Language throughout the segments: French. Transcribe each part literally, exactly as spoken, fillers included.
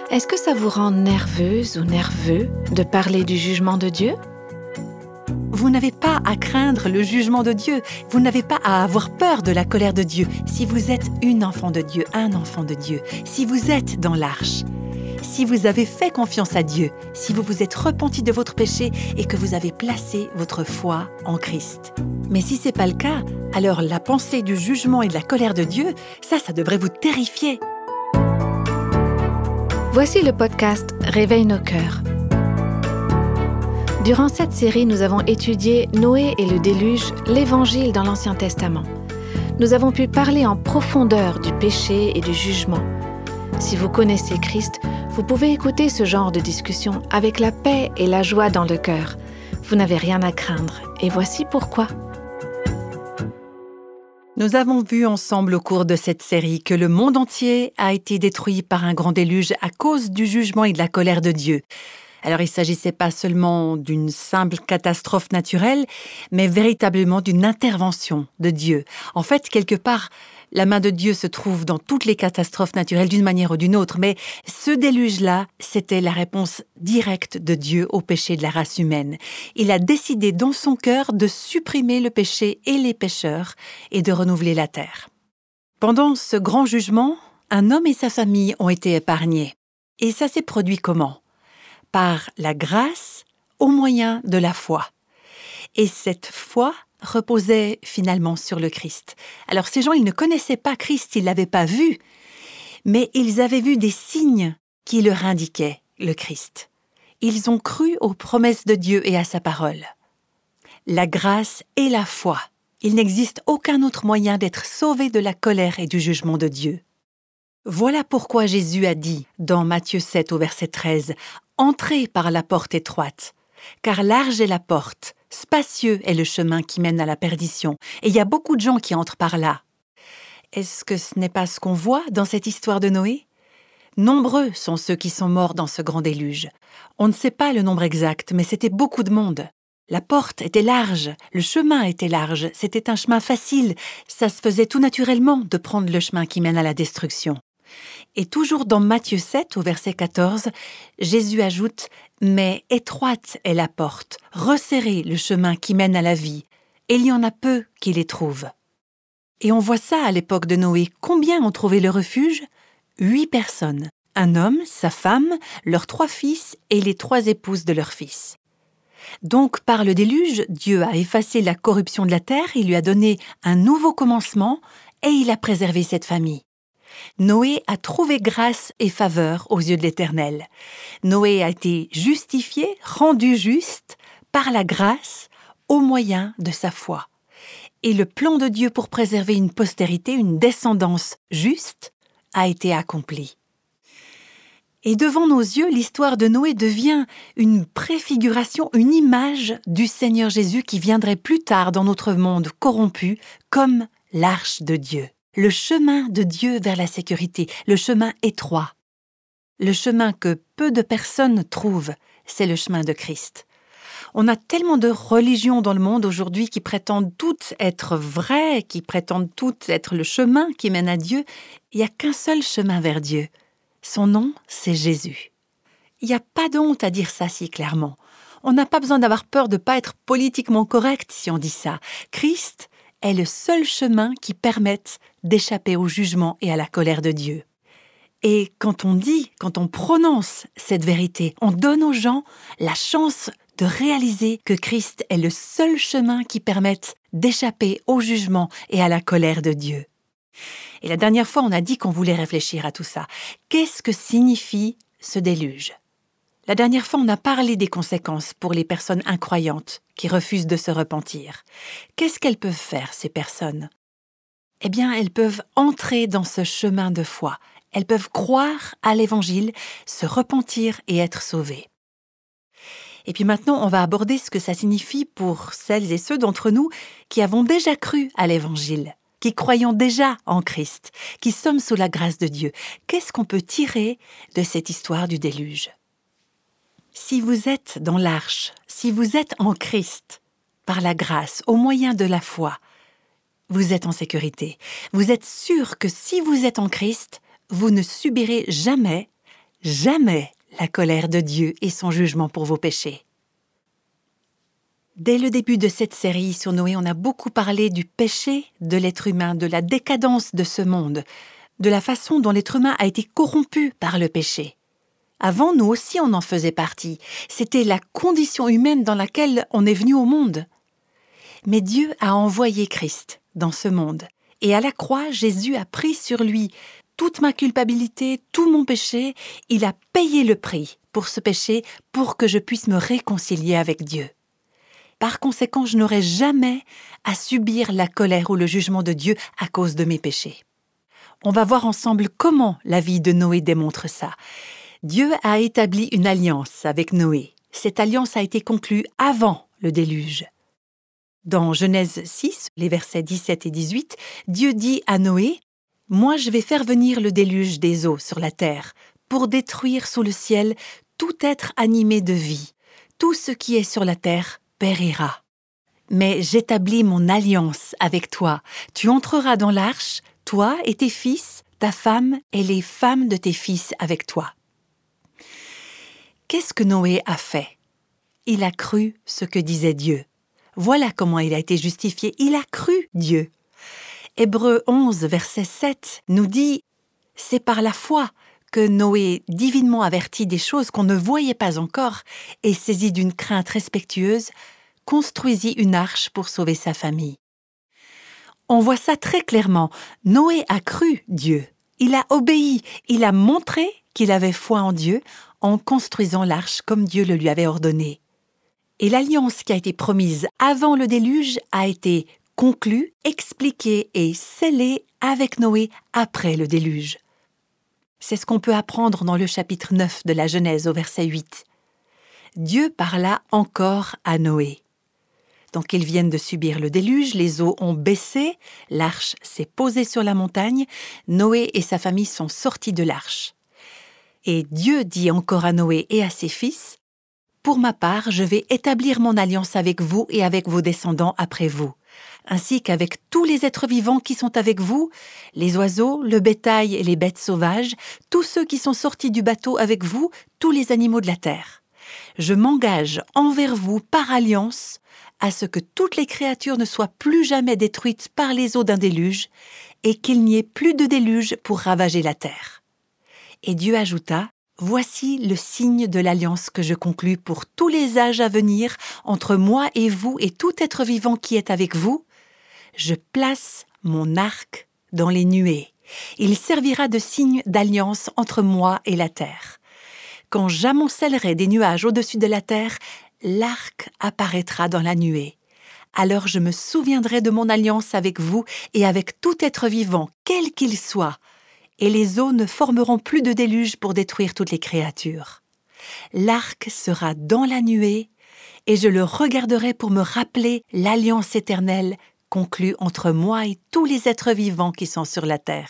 Est-ce que ça vous rend nerveuse ou nerveux de parler du jugement de Dieu? Vous n'avez pas à craindre le jugement de Dieu. Vous n'avez pas à avoir peur de la colère de Dieu. Si vous êtes une enfant de Dieu, un enfant de Dieu, si vous êtes dans l'arche, si vous avez fait confiance à Dieu, si vous vous êtes repenti de votre péché et que vous avez placé votre foi en Christ. Mais si ce n'est pas le cas, alors la pensée du jugement et de la colère de Dieu, ça, ça devrait vous terrifier. Voici le podcast Réveille nos cœurs. Durant cette série, nous avons étudié Noé et le déluge, l'Évangile dans l'Ancien Testament. Nous avons pu parler en profondeur du péché et du jugement. Si vous connaissez Christ, vous pouvez écouter ce genre de discussion avec la paix et la joie dans le cœur. Vous n'avez rien à craindre, et voici pourquoi. Nous avons vu ensemble au cours de cette série que le monde entier a été détruit par un grand déluge à cause du jugement et de la colère de Dieu. Alors il ne s'agissait pas seulement d'une simple catastrophe naturelle, mais véritablement d'une intervention de Dieu. En fait, quelque part, la main de Dieu se trouve dans toutes les catastrophes naturelles d'une manière ou d'une autre, mais ce déluge-là, c'était la réponse directe de Dieu au péché de la race humaine. Il a décidé dans son cœur de supprimer le péché et les pécheurs et de renouveler la terre. Pendant ce grand jugement, un homme et sa famille ont été épargnés. Et ça s'est produit comment ? Par la grâce au moyen de la foi. Et cette foi reposait finalement sur le Christ. Alors ces gens, ils ne connaissaient pas Christ, ils ne l'avaient pas vu, mais ils avaient vu des signes qui leur indiquaient le Christ. Ils ont cru aux promesses de Dieu et à sa parole. La grâce et la foi. Il n'existe aucun autre moyen d'être sauvé de la colère et du jugement de Dieu. Voilà pourquoi Jésus a dit dans Matthieu sept au verset treize, « Entrez par la porte étroite, car large est la porte, spacieux est le chemin qui mène à la perdition, et il y a beaucoup de gens qui entrent par là. » Est-ce que ce n'est pas ce qu'on voit dans cette histoire de Noé ? Nombreux sont ceux qui sont morts dans ce grand déluge. On ne sait pas le nombre exact, mais c'était beaucoup de monde. La porte était large, le chemin était large, c'était un chemin facile, ça se faisait tout naturellement de prendre le chemin qui mène à la destruction. Et toujours dans Matthieu sept, au verset quatorze, Jésus ajoute « Mais étroite est la porte, resserrez le chemin qui mène à la vie, et il y en a peu qui les trouvent. » Et on voit ça à l'époque de Noé. Combien ont trouvé le refuge ? Huit personnes. Un homme, sa femme, leurs trois fils et les trois épouses de leurs fils. Donc, par le déluge, Dieu a effacé la corruption de la terre, il lui a donné un nouveau commencement et il a préservé cette famille. Noé a trouvé grâce et faveur aux yeux de l'Éternel. Noé a été justifié, rendu juste, par la grâce, au moyen de sa foi. Et le plan de Dieu pour préserver une postérité, une descendance juste, a été accompli. Et devant nos yeux, l'histoire de Noé devient une préfiguration, une image du Seigneur Jésus qui viendrait plus tard dans notre monde corrompu comme l'arche de Dieu. Le chemin de Dieu vers la sécurité, le chemin étroit. Le chemin que peu de personnes trouvent, c'est le chemin de Christ. On a tellement de religions dans le monde aujourd'hui qui prétendent toutes être vraies, qui prétendent toutes être le chemin qui mène à Dieu. Il n'y a qu'un seul chemin vers Dieu. Son nom, c'est Jésus. Il n'y a pas de honte à dire ça si clairement. On n'a pas besoin d'avoir peur de ne pas être politiquement correct si on dit ça. Christ est le seul chemin qui permette d'échapper au jugement et à la colère de Dieu. Et quand on dit, quand on prononce cette vérité, on donne aux gens la chance de réaliser que Christ est le seul chemin qui permette d'échapper au jugement et à la colère de Dieu. Et la dernière fois, on a dit qu'on voulait réfléchir à tout ça. Qu'est-ce que signifie ce déluge ? La dernière fois, on a parlé des conséquences pour les personnes incroyantes qui refusent de se repentir. Qu'est-ce qu'elles peuvent faire, ces personnes ? Eh bien, elles peuvent entrer dans ce chemin de foi. Elles peuvent croire à l'Évangile, se repentir et être sauvées. Et puis maintenant, on va aborder ce que ça signifie pour celles et ceux d'entre nous qui avons déjà cru à l'Évangile, qui croyons déjà en Christ, qui sommes sous la grâce de Dieu. Qu'est-ce qu'on peut tirer de cette histoire du déluge ? Si vous êtes dans l'arche, si vous êtes en Christ, par la grâce, au moyen de la foi, vous êtes en sécurité. Vous êtes sûr que si vous êtes en Christ, vous ne subirez jamais jamais la colère de Dieu et son jugement pour vos péchés. Dès le début de cette série sur Noé, on a beaucoup parlé du péché de l'être humain, de la décadence de ce monde, de la façon dont l'être humain a été corrompu par le péché. Avant, nous aussi, on en faisait partie. C'était la condition humaine dans laquelle on est venu au monde. Mais Dieu a envoyé Christ dans ce monde. Et à la croix, Jésus a pris sur lui toute ma culpabilité, tout mon péché. Il a payé le prix pour ce péché pour que je puisse me réconcilier avec Dieu. Par conséquent, je n'aurai jamais à subir la colère ou le jugement de Dieu à cause de mes péchés. On va voir ensemble comment la vie de Noé démontre ça. Dieu a établi une alliance avec Noé. Cette alliance a été conclue avant le déluge. Dans Genèse six, les versets dix-sept et dix-huit, Dieu dit à Noé « Moi je vais faire venir le déluge des eaux sur la terre pour détruire sous le ciel tout être animé de vie. Tout ce qui est sur la terre périra. Mais j'établis mon alliance avec toi. Tu entreras dans l'arche, toi et tes fils, ta femme et les femmes de tes fils avec toi. » Qu'est-ce que Noé a fait? Il a cru ce que disait Dieu. Voilà comment il a été justifié. Il a cru Dieu. Hébreux onze, verset sept, nous dit « C'est par la foi que Noé, divinement averti des choses qu'on ne voyait pas encore et saisi d'une crainte respectueuse, construisit une arche pour sauver sa famille. » On voit ça très clairement. Noé a cru Dieu. Il a obéi. Il a montré qu'il avait foi en Dieu en construisant l'arche comme Dieu le lui avait ordonné. Et l'alliance qui a été promise avant le déluge a été conclue, expliquée et scellée avec Noé après le déluge. C'est ce qu'on peut apprendre dans le chapitre neuf de la Genèse au verset huit. Dieu parla encore à Noé. Donc ils viennent de subir le déluge, les eaux ont baissé, l'arche s'est posée sur la montagne, Noé et sa famille sont sortis de l'arche. Et Dieu dit encore à Noé et à ses fils, « Pour ma part, je vais établir mon alliance avec vous et avec vos descendants après vous, ainsi qu'avec tous les êtres vivants qui sont avec vous, les oiseaux, le bétail et les bêtes sauvages, tous ceux qui sont sortis du bateau avec vous, tous les animaux de la terre. Je m'engage envers vous par alliance à ce que toutes les créatures ne soient plus jamais détruites par les eaux d'un déluge et qu'il n'y ait plus de déluge pour ravager la terre. » Et Dieu ajouta, « Voici le signe de l'alliance que je conclus pour tous les âges à venir entre moi et vous et tout être vivant qui est avec vous. Je place mon arc dans les nuées. Il servira de signe d'alliance entre moi et la terre. Quand j'amoncellerai des nuages au-dessus de la terre, l'arc apparaîtra dans la nuée. Alors je me souviendrai de mon alliance avec vous et avec tout être vivant, quel qu'il soit, et les eaux ne formeront plus de déluge pour détruire toutes les créatures. L'arc sera dans la nuée, et je le regarderai pour me rappeler l'alliance éternelle conclue entre moi et tous les êtres vivants qui sont sur la terre. »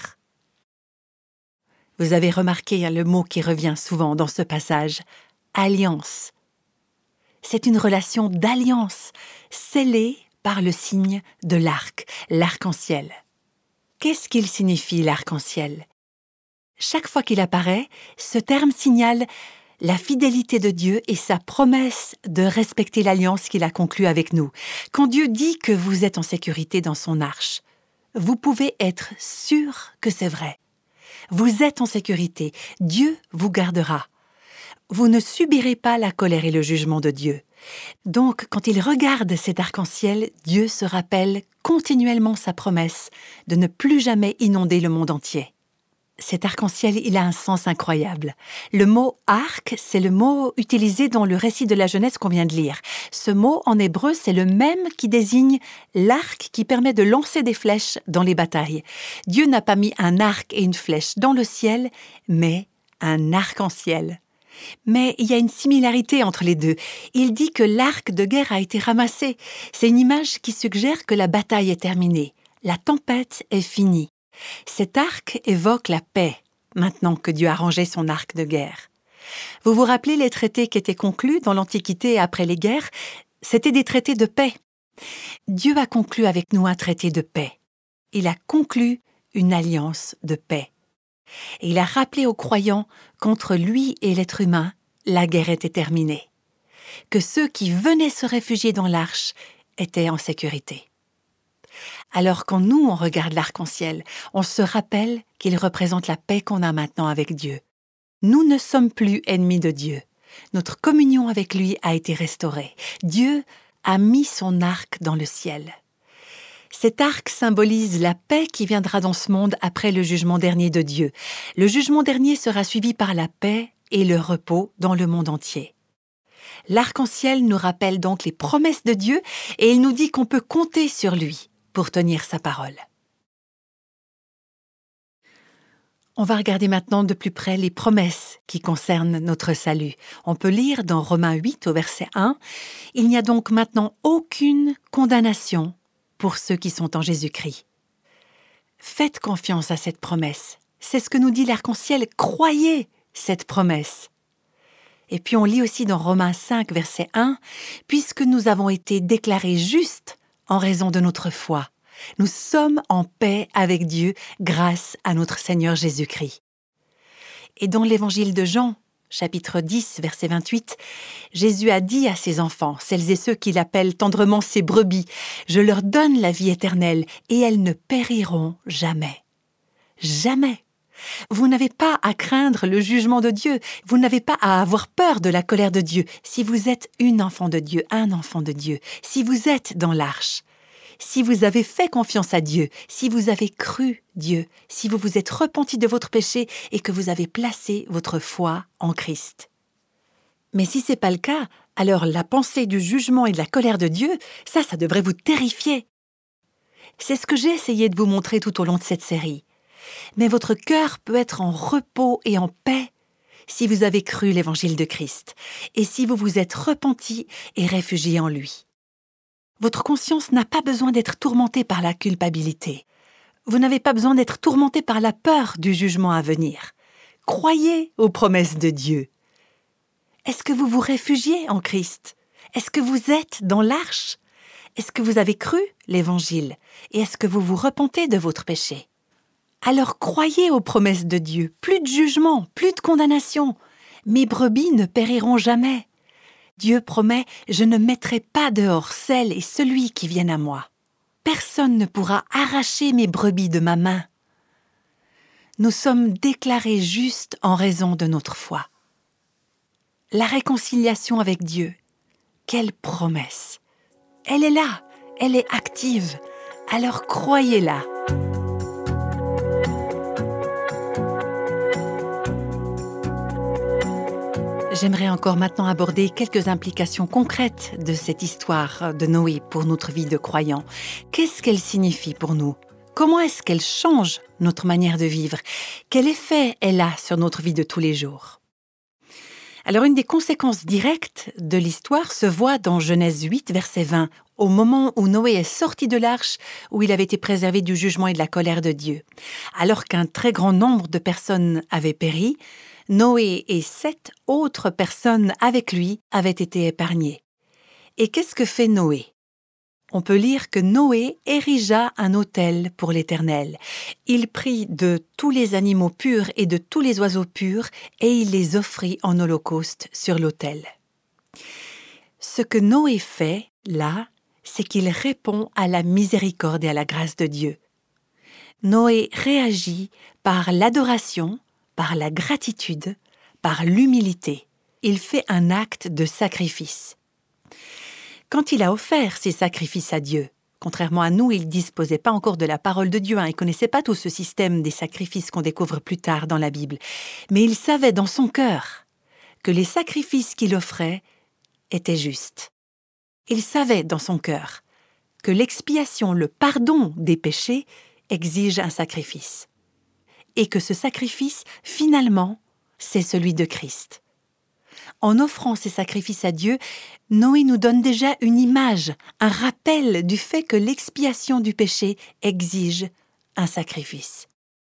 Vous avez remarqué le mot qui revient souvent dans ce passage, « alliance ». C'est une relation d'alliance, scellée par le signe de l'arc, l'arc-en-ciel. Qu'est-ce qu'il signifie l'arc-en-ciel? Chaque fois qu'il apparaît, ce terme signale la fidélité de Dieu et sa promesse de respecter l'alliance qu'il a conclue avec nous. Quand Dieu dit que vous êtes en sécurité dans son arche, vous pouvez être sûr que c'est vrai. Vous êtes en sécurité, Dieu vous gardera. Vous ne subirez pas la colère et le jugement de Dieu. Donc, quand il regarde cet arc-en-ciel, Dieu se rappelle continuellement sa promesse de ne plus jamais inonder le monde entier. Cet arc-en-ciel, il a un sens incroyable. Le mot « arc », c'est le mot utilisé dans le récit de la Genèse qu'on vient de lire. Ce mot, en hébreu, c'est le même qui désigne l'arc qui permet de lancer des flèches dans les batailles. Dieu n'a pas mis un arc et une flèche dans le ciel, mais un arc-en-ciel. Mais il y a une similarité entre les deux. Il dit que l'arc de guerre a été ramassé. C'est une image qui suggère que la bataille est terminée. La tempête est finie. Cet arc évoque la paix, maintenant que Dieu a rangé son arc de guerre. Vous vous rappelez les traités qui étaient conclus dans l'Antiquité après les guerres? C'étaient des traités de paix. Dieu a conclu avec nous un traité de paix. Il a conclu une alliance de paix. Et il a rappelé aux croyants qu'entre lui et l'être humain, la guerre était terminée, que ceux qui venaient se réfugier dans l'arche étaient en sécurité. Alors quand nous, on regarde l'arc-en-ciel, on se rappelle qu'il représente la paix qu'on a maintenant avec Dieu. Nous ne sommes plus ennemis de Dieu. Notre communion avec lui a été restaurée. Dieu a mis son arc dans le ciel. Cet arc symbolise la paix qui viendra dans ce monde après le jugement dernier de Dieu. Le jugement dernier sera suivi par la paix et le repos dans le monde entier. L'arc-en-ciel nous rappelle donc les promesses de Dieu et il nous dit qu'on peut compter sur lui pour tenir sa parole. On va regarder maintenant de plus près les promesses qui concernent notre salut. On peut lire dans Romains huit au verset un « Il n'y a donc maintenant aucune condamnation pour ceux qui sont en Jésus-Christ. » Faites confiance à cette promesse. C'est ce que nous dit l'arc-en-ciel. Croyez cette promesse. Et puis on lit aussi dans Romains cinq, verset un « Puisque nous avons été déclarés justes en raison de notre foi, nous sommes en paix avec Dieu grâce à notre Seigneur Jésus-Christ. » Et dans l'évangile de Jean, chapitre dix, verset vingt-huit, Jésus a dit à ses enfants, celles et ceux qu'il appelle tendrement ses brebis, « Je leur donne la vie éternelle et elles ne périront jamais. » Jamais. Vous n'avez pas à craindre le jugement de Dieu, vous n'avez pas à avoir peur de la colère de Dieu si vous êtes une enfant de Dieu, un enfant de Dieu, si vous êtes dans l'arche. Si vous avez fait confiance à Dieu, si vous avez cru Dieu, si vous vous êtes repenti de votre péché et que vous avez placé votre foi en Christ. Mais si ce n'est pas le cas, alors la pensée du jugement et de la colère de Dieu, ça, ça devrait vous terrifier. C'est ce que j'ai essayé de vous montrer tout au long de cette série. Mais votre cœur peut être en repos et en paix si vous avez cru l'évangile de Christ et si vous vous êtes repenti et réfugié en lui. Votre conscience n'a pas besoin d'être tourmentée par la culpabilité. Vous n'avez pas besoin d'être tourmenté par la peur du jugement à venir. Croyez aux promesses de Dieu. Est-ce que vous vous réfugiez en Christ? Est-ce que vous êtes dans l'arche? Est-ce que vous avez cru l'Évangile? Et est-ce que vous vous repentez de votre péché? Alors croyez aux promesses de Dieu. Plus de jugement, plus de condamnation. Mes brebis ne périront jamais. Dieu promet « Je ne mettrai pas dehors celle et celui qui viennent à moi. Personne ne pourra arracher mes brebis de ma main. » Nous sommes déclarés justes en raison de notre foi. La réconciliation avec Dieu, quelle promesse! Elle est là, elle est active, alors croyez-la. J'aimerais encore maintenant aborder quelques implications concrètes de cette histoire de Noé pour notre vie de croyants. Qu'est-ce qu'elle signifie pour nous? Comment est-ce qu'elle change notre manière de vivre? Quel effet elle a sur notre vie de tous les jours? Alors, une des conséquences directes de l'histoire se voit dans Genèse huit, verset vingt, au moment où Noé est sorti de l'arche, où il avait été préservé du jugement et de la colère de Dieu. Alors qu'un très grand nombre de personnes avaient péri, Noé et sept autres personnes avec lui avaient été épargnées. Et qu'est-ce que fait Noé? On peut lire que Noé érigea un autel pour l'Éternel. Il prit de tous les animaux purs et de tous les oiseaux purs et il les offrit en holocauste sur l'autel. Ce que Noé fait, là, c'est qu'il répond à la miséricorde et à la grâce de Dieu. Noé réagit par l'adoration, par la gratitude, par l'humilité. Il fait un acte de sacrifice. Quand il a offert ses sacrifices à Dieu, contrairement à nous, il ne disposait pas encore de la parole de Dieu, hein, il ne connaissait pas tout ce système des sacrifices qu'on découvre plus tard dans la Bible, mais il savait dans son cœur que les sacrifices qu'il offrait étaient justes. Il savait dans son cœur que l'expiation, le pardon des péchés, exige un sacrifice. Et que ce sacrifice, finalement, c'est celui de Christ. En offrant ces sacrifices à Dieu, Noé nous donne déjà une image, un rappel du fait que l'expiation du péché exige un sacrifice.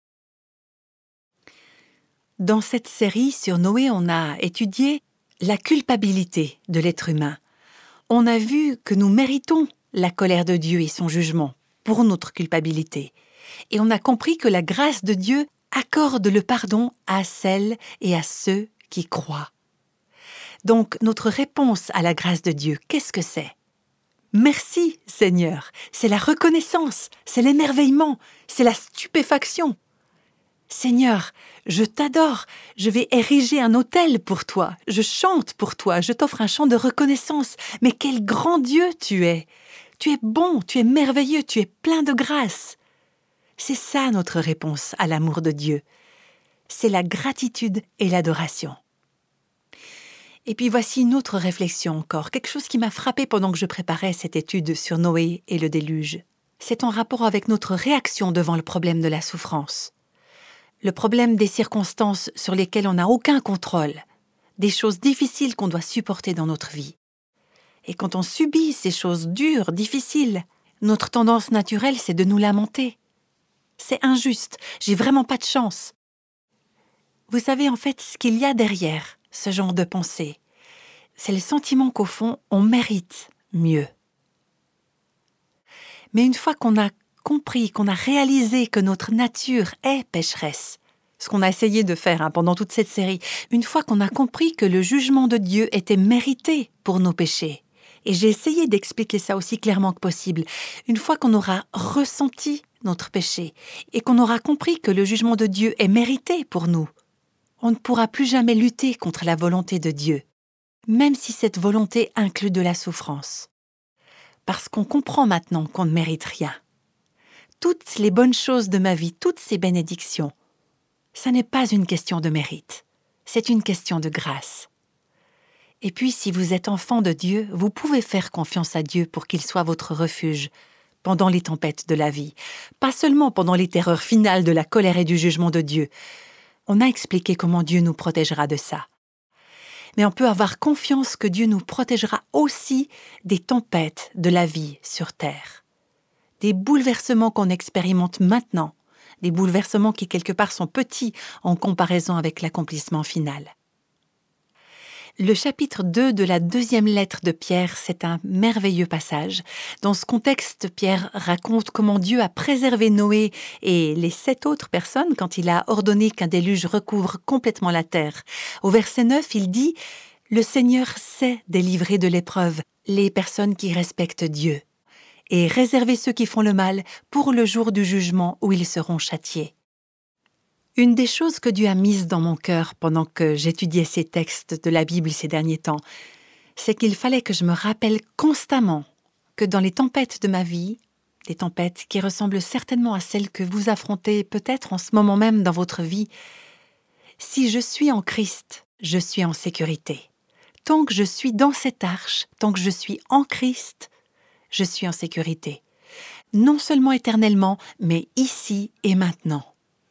Dans cette série sur Noé, on a étudié la culpabilité de l'être humain. On a vu que nous méritons la colère de Dieu et son jugement pour notre culpabilité. Et on a compris que la grâce de Dieu accorde le pardon à celles et à ceux qui croient. Donc, notre réponse à la grâce de Dieu, qu'est-ce que c'est? Merci, Seigneur. C'est la reconnaissance, c'est l'émerveillement, c'est la stupéfaction. Seigneur, je t'adore, je vais ériger un autel pour toi, je chante pour toi, je t'offre un chant de reconnaissance. Mais quel grand Dieu tu es! Tu es bon, tu es merveilleux, tu es plein de grâce. C'est ça notre réponse à l'amour de Dieu. C'est la gratitude et l'adoration. Et puis voici une autre réflexion encore, quelque chose qui m'a frappée pendant que je préparais cette étude sur Noé et le déluge. C'est en rapport avec notre réaction devant le problème de la souffrance. Le problème des circonstances sur lesquelles on n'a aucun contrôle, des choses difficiles qu'on doit supporter dans notre vie. Et quand on subit ces choses dures, difficiles, notre tendance naturelle, c'est de nous lamenter. C'est injuste, j'ai vraiment pas de chance. Vous savez en fait ce qu'il y a derrière ce genre de pensée. C'est le sentiment qu'au fond, on mérite mieux. Mais une fois qu'on a compris, qu'on a réalisé que notre nature est pécheresse, ce qu'on a essayé de faire hein, pendant toute cette série, une fois qu'on a compris que le jugement de Dieu était mérité pour nos péchés, et j'ai essayé d'expliquer ça aussi clairement que possible, une fois qu'on aura ressenti notre péché, et qu'on aura compris que le jugement de Dieu est mérité pour nous, on ne pourra plus jamais lutter contre la volonté de Dieu, même si cette volonté inclut de la souffrance. Parce qu'on comprend maintenant qu'on ne mérite rien. Toutes les bonnes choses de ma vie, toutes ces bénédictions, ça n'est pas une question de mérite, c'est une question de grâce. Et puis, si vous êtes enfant de Dieu, vous pouvez faire confiance à Dieu pour qu'il soit votre refuge pendant les tempêtes de la vie, pas seulement pendant les terreurs finales de la colère et du jugement de Dieu. On a expliqué comment Dieu nous protégera de ça. Mais on peut avoir confiance que Dieu nous protégera aussi des tempêtes de la vie sur terre. Des bouleversements qu'on expérimente maintenant, des bouleversements qui quelque part sont petits en comparaison avec l'accomplissement final. Le chapitre deux de la deuxième lettre de Pierre, c'est un merveilleux passage. Dans ce contexte, Pierre raconte comment Dieu a préservé Noé et les sept autres personnes quand il a ordonné qu'un déluge recouvre complètement la terre. Au verset neuf, il dit « Le Seigneur sait délivrer de l'épreuve les personnes qui respectent Dieu et réserver ceux qui font le mal pour le jour du jugement où ils seront châtiés. » Une des choses que Dieu a mises dans mon cœur pendant que j'étudiais ces textes de la Bible ces derniers temps, c'est qu'il fallait que je me rappelle constamment que dans les tempêtes de ma vie, des tempêtes qui ressemblent certainement à celles que vous affrontez peut-être en ce moment même dans votre vie, si je suis en Christ, je suis en sécurité. Tant que je suis dans cette arche, tant que je suis en Christ, je suis en sécurité. Non seulement éternellement, mais ici et maintenant.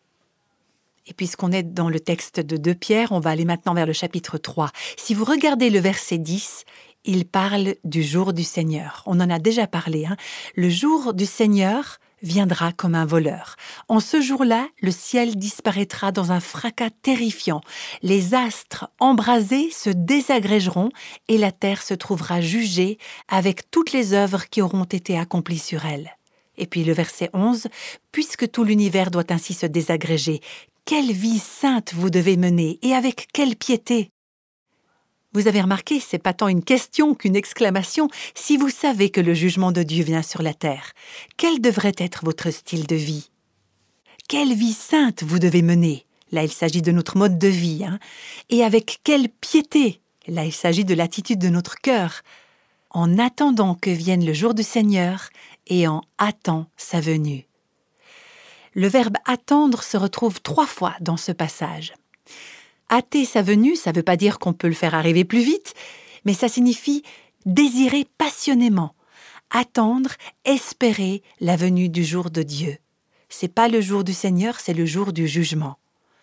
Et puisqu'on est dans le texte de deux Pierre, on va aller maintenant vers le chapitre trois. Si vous regardez le verset dix, il parle du jour du Seigneur. On en a déjà parlé. Hein. Le jour du Seigneur viendra comme un voleur. En ce jour-là, le ciel disparaîtra dans un fracas terrifiant. Les astres embrasés se désagrégeront et la terre se trouvera jugée avec toutes les œuvres qui auront été accomplies sur elle. Et puis le verset onze, « Puisque tout l'univers doit ainsi se désagréger, quelle vie sainte vous devez mener et avec quelle piété !» Vous avez remarqué, c'est pas tant une question qu'une exclamation. Si vous savez que le jugement de Dieu vient sur la terre, quel devrait être votre style de vie? Quelle vie sainte vous devez mener? Là, il s'agit de notre mode de vie. Hein. Et avec quelle piété? Là, il s'agit de l'attitude de notre cœur. En attendant que vienne le jour du Seigneur et en hâtant sa venue. Le verbe « attendre » se retrouve trois fois dans ce passage. Hâter sa venue, ça ne veut pas dire qu'on peut le faire arriver plus vite, mais ça signifie désirer passionnément, attendre, espérer la venue du jour de Dieu. C'est pas le jour du Seigneur, c'est le jour du jugement.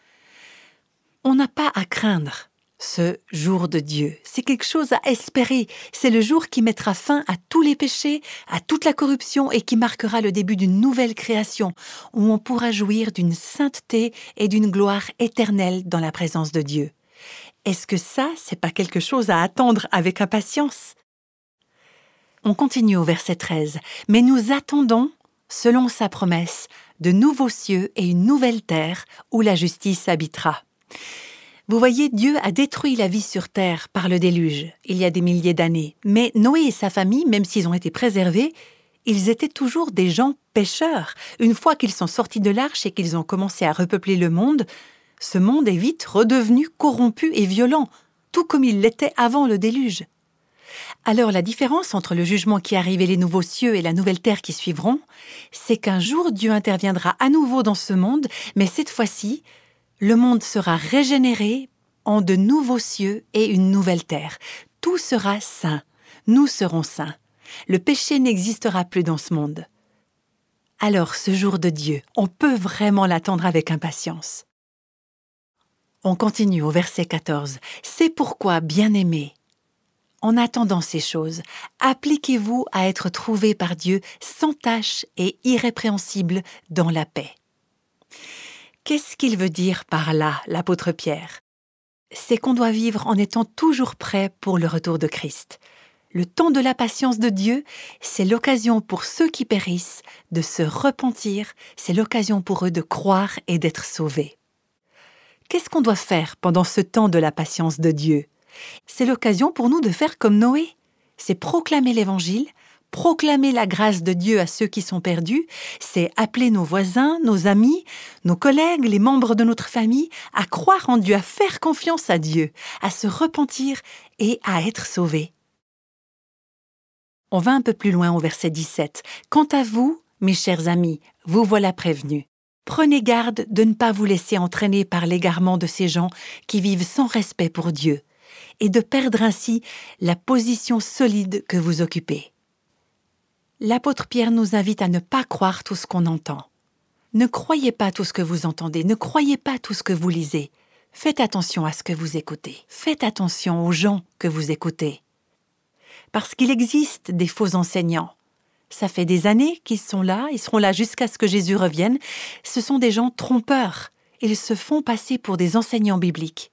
On n'a pas à craindre ce jour de Dieu. C'est quelque chose à espérer. C'est le jour qui mettra fin à tous les péchés, à toute la corruption et qui marquera le début d'une nouvelle création où on pourra jouir d'une sainteté et d'une gloire éternelle dans la présence de Dieu. Est-ce que ça, c'est pas quelque chose à attendre avec impatience? On continue au verset treize. « Mais nous attendons, selon sa promesse, de nouveaux cieux et une nouvelle terre où la justice habitera. Vous voyez, Dieu a détruit la vie sur terre par le déluge, il y a des milliers d'années. Mais Noé et sa famille, même s'ils ont été préservés, ils étaient toujours des gens pécheurs. Une fois qu'ils sont sortis de l'arche et qu'ils ont commencé à repeupler le monde, ce monde est vite redevenu corrompu et violent, tout comme il l'était avant le déluge. Alors la différence entre le jugement qui arrive et les nouveaux cieux et la nouvelle terre qui suivront, c'est qu'un jour Dieu interviendra à nouveau dans ce monde, mais cette fois-ci, le monde sera régénéré en de nouveaux cieux et une nouvelle terre. Tout sera saint. Nous serons saints. Le péché n'existera plus dans ce monde. Alors, ce jour de Dieu, on peut vraiment l'attendre avec impatience. On continue au verset quatorze. « C'est pourquoi, bien-aimés, en attendant ces choses, appliquez-vous à être trouvés par Dieu sans tache et irrépréhensibles dans la paix. » Qu'est-ce qu'il veut dire par là, l'apôtre Pierre? C'est qu'on doit vivre en étant toujours prêt pour le retour de Christ. Le temps de la patience de Dieu, c'est l'occasion pour ceux qui périssent de se repentir, c'est l'occasion pour eux de croire et d'être sauvés. Qu'est-ce qu'on doit faire pendant ce temps de la patience de Dieu? C'est l'occasion pour nous de faire comme Noé. C'est proclamer l'Évangile, proclamer la grâce de Dieu à ceux qui sont perdus, c'est appeler nos voisins, nos amis, nos collègues, les membres de notre famille à croire en Dieu, à faire confiance à Dieu, à se repentir et à être sauvés. On va un peu plus loin au verset dix-sept. « Quant à vous, mes chers amis, vous voilà prévenus. Prenez garde de ne pas vous laisser entraîner par l'égarement de ces gens qui vivent sans respect pour Dieu et de perdre ainsi la position solide que vous occupez. » L'apôtre Pierre nous invite à ne pas croire tout ce qu'on entend. Ne croyez pas tout ce que vous entendez, ne croyez pas tout ce que vous lisez. Faites attention à ce que vous écoutez. Faites attention aux gens que vous écoutez. Parce qu'il existe des faux enseignants. Ça fait des années qu'ils sont là, ils seront là jusqu'à ce que Jésus revienne. Ce sont des gens trompeurs. Ils se font passer pour des enseignants bibliques.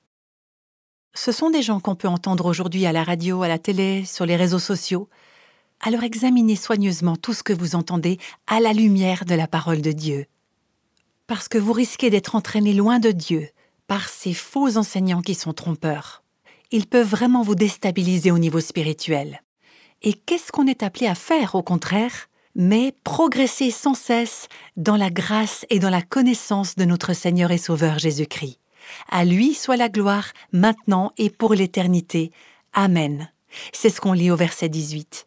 Ce sont des gens qu'on peut entendre aujourd'hui à la radio, à la télé, sur les réseaux sociaux. Alors examinez soigneusement tout ce que vous entendez à la lumière de la parole de Dieu. Parce que vous risquez d'être entraînés loin de Dieu par ces faux enseignants qui sont trompeurs. Ils peuvent vraiment vous déstabiliser au niveau spirituel. Et qu'est-ce qu'on est appelé à faire au contraire? Mais progresser sans cesse dans la grâce et dans la connaissance de notre Seigneur et Sauveur Jésus-Christ. À lui soit la gloire, maintenant et pour l'éternité. Amen. C'est ce qu'on lit au verset dix-huit.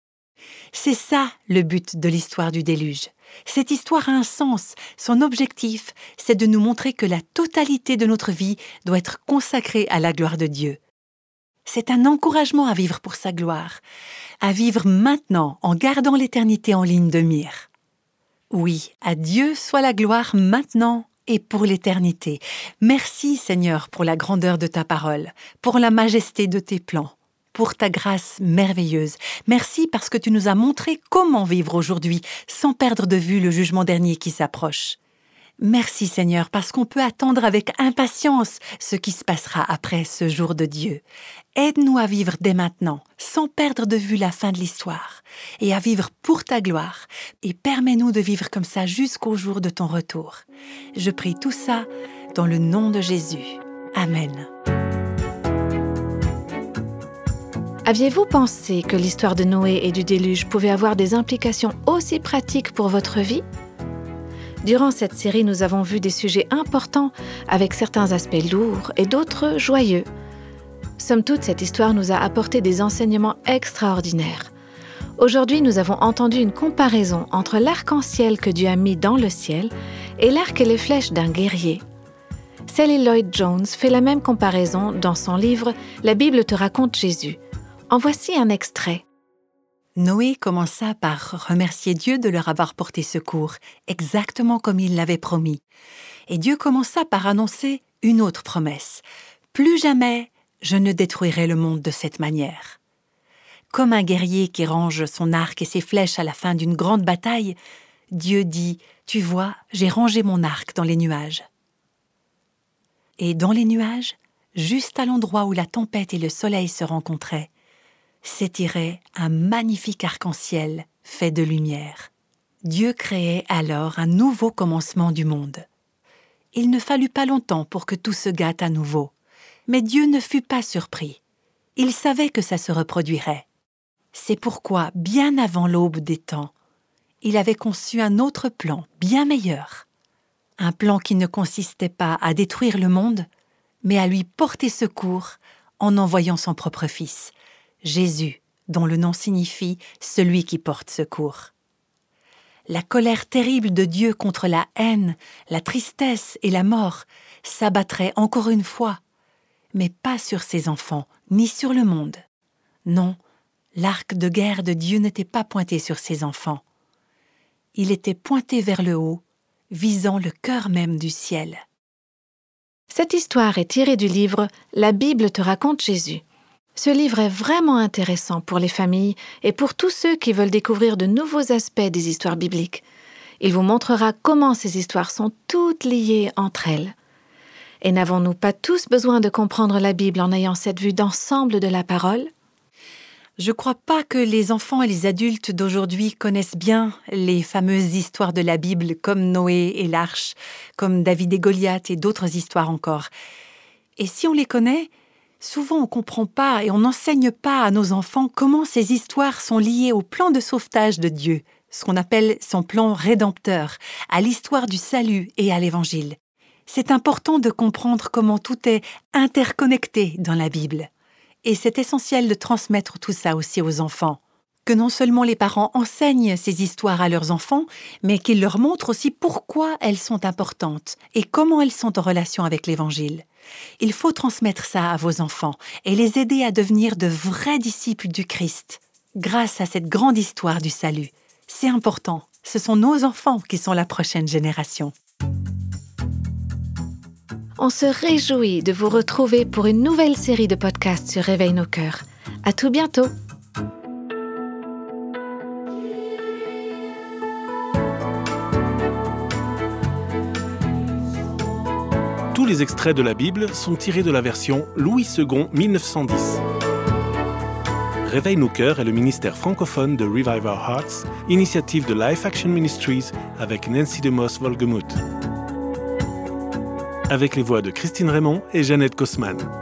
C'est ça le but de l'histoire du déluge. Cette histoire a un sens. Son objectif, c'est de nous montrer que la totalité de notre vie doit être consacrée à la gloire de Dieu. C'est un encouragement à vivre pour sa gloire, à vivre maintenant en gardant l'éternité en ligne de mire. Oui, à Dieu soit la gloire maintenant et pour l'éternité. Merci Seigneur pour la grandeur de ta parole, pour la majesté de tes plans, pour ta grâce merveilleuse. Merci parce que tu nous as montré comment vivre aujourd'hui sans perdre de vue le jugement dernier qui s'approche. Merci Seigneur parce qu'on peut attendre avec impatience ce qui se passera après ce jour de Dieu. Aide-nous à vivre dès maintenant, sans perdre de vue la fin de l'histoire, et à vivre pour ta gloire, et permets-nous de vivre comme ça jusqu'au jour de ton retour. Je prie tout ça dans le nom de Jésus. Amen. Aviez-vous pensé que l'histoire de Noé et du déluge pouvait avoir des implications aussi pratiques pour votre vie? Durant cette série, nous avons vu des sujets importants avec certains aspects lourds et d'autres joyeux. Somme toute, cette histoire nous a apporté des enseignements extraordinaires. Aujourd'hui, nous avons entendu une comparaison entre l'arc-en-ciel que Dieu a mis dans le ciel et l'arc et les flèches d'un guerrier. Sally Lloyd Jones fait la même comparaison dans son livre « La Bible te raconte Jésus ». En voici un extrait. Noé commença par remercier Dieu de leur avoir porté secours, exactement comme il l'avait promis. Et Dieu commença par annoncer une autre promesse. « Plus jamais je ne détruirai le monde de cette manière. » Comme un guerrier qui range son arc et ses flèches à la fin d'une grande bataille, Dieu dit « Tu vois, j'ai rangé mon arc dans les nuages. » Et dans les nuages, juste à l'endroit où la tempête et le soleil se rencontraient, s'étirait un magnifique arc-en-ciel fait de lumière. Dieu créait alors un nouveau commencement du monde. Il ne fallut pas longtemps pour que tout se gâte à nouveau. Mais Dieu ne fut pas surpris. Il savait que ça se reproduirait. C'est pourquoi, bien avant l'aube des temps, il avait conçu un autre plan, bien meilleur. Un plan qui ne consistait pas à détruire le monde, mais à lui porter secours en envoyant son propre Fils, Jésus, dont le nom signifie « celui qui porte secours ». La colère terrible de Dieu contre la haine, la tristesse et la mort s'abattrait encore une fois, mais pas sur ses enfants, ni sur le monde. Non, l'arc de guerre de Dieu n'était pas pointé sur ses enfants. Il était pointé vers le haut, visant le cœur même du ciel. Cette histoire est tirée du livre « La Bible te raconte Jésus ». Ce livre est vraiment intéressant pour les familles et pour tous ceux qui veulent découvrir de nouveaux aspects des histoires bibliques. Il vous montrera comment ces histoires sont toutes liées entre elles. Et n'avons-nous pas tous besoin de comprendre la Bible en ayant cette vue d'ensemble de la parole ? Je crois pas que les enfants et les adultes d'aujourd'hui connaissent bien les fameuses histoires de la Bible comme Noé et l'Arche, comme David et Goliath et d'autres histoires encore. Et si on les connaît, souvent on comprend pas et on n'enseigne pas à nos enfants comment ces histoires sont liées au plan de sauvetage de Dieu, ce qu'on appelle son plan rédempteur, à l'histoire du salut et à l'Évangile. C'est important de comprendre comment tout est interconnecté dans la Bible. Et c'est essentiel de transmettre tout ça aussi aux enfants. Que non seulement les parents enseignent ces histoires à leurs enfants, mais qu'ils leur montrent aussi pourquoi elles sont importantes et comment elles sont en relation avec l'Évangile. Il faut transmettre ça à vos enfants et les aider à devenir de vrais disciples du Christ, grâce à cette grande histoire du salut. C'est important, ce sont nos enfants qui sont la prochaine génération. On se réjouit de vous retrouver pour une nouvelle série de podcasts sur Réveille nos cœurs. À tout bientôt! Tous les extraits de la Bible sont tirés de la version Louis second mille neuf cent dix. Réveille nos cœurs est le ministère francophone de Revive Our Hearts, initiative de Life Action Ministries avec Nancy DeMoss Wolgemuth. Avec les voix de Christine Raymond et Jeannette Kosman.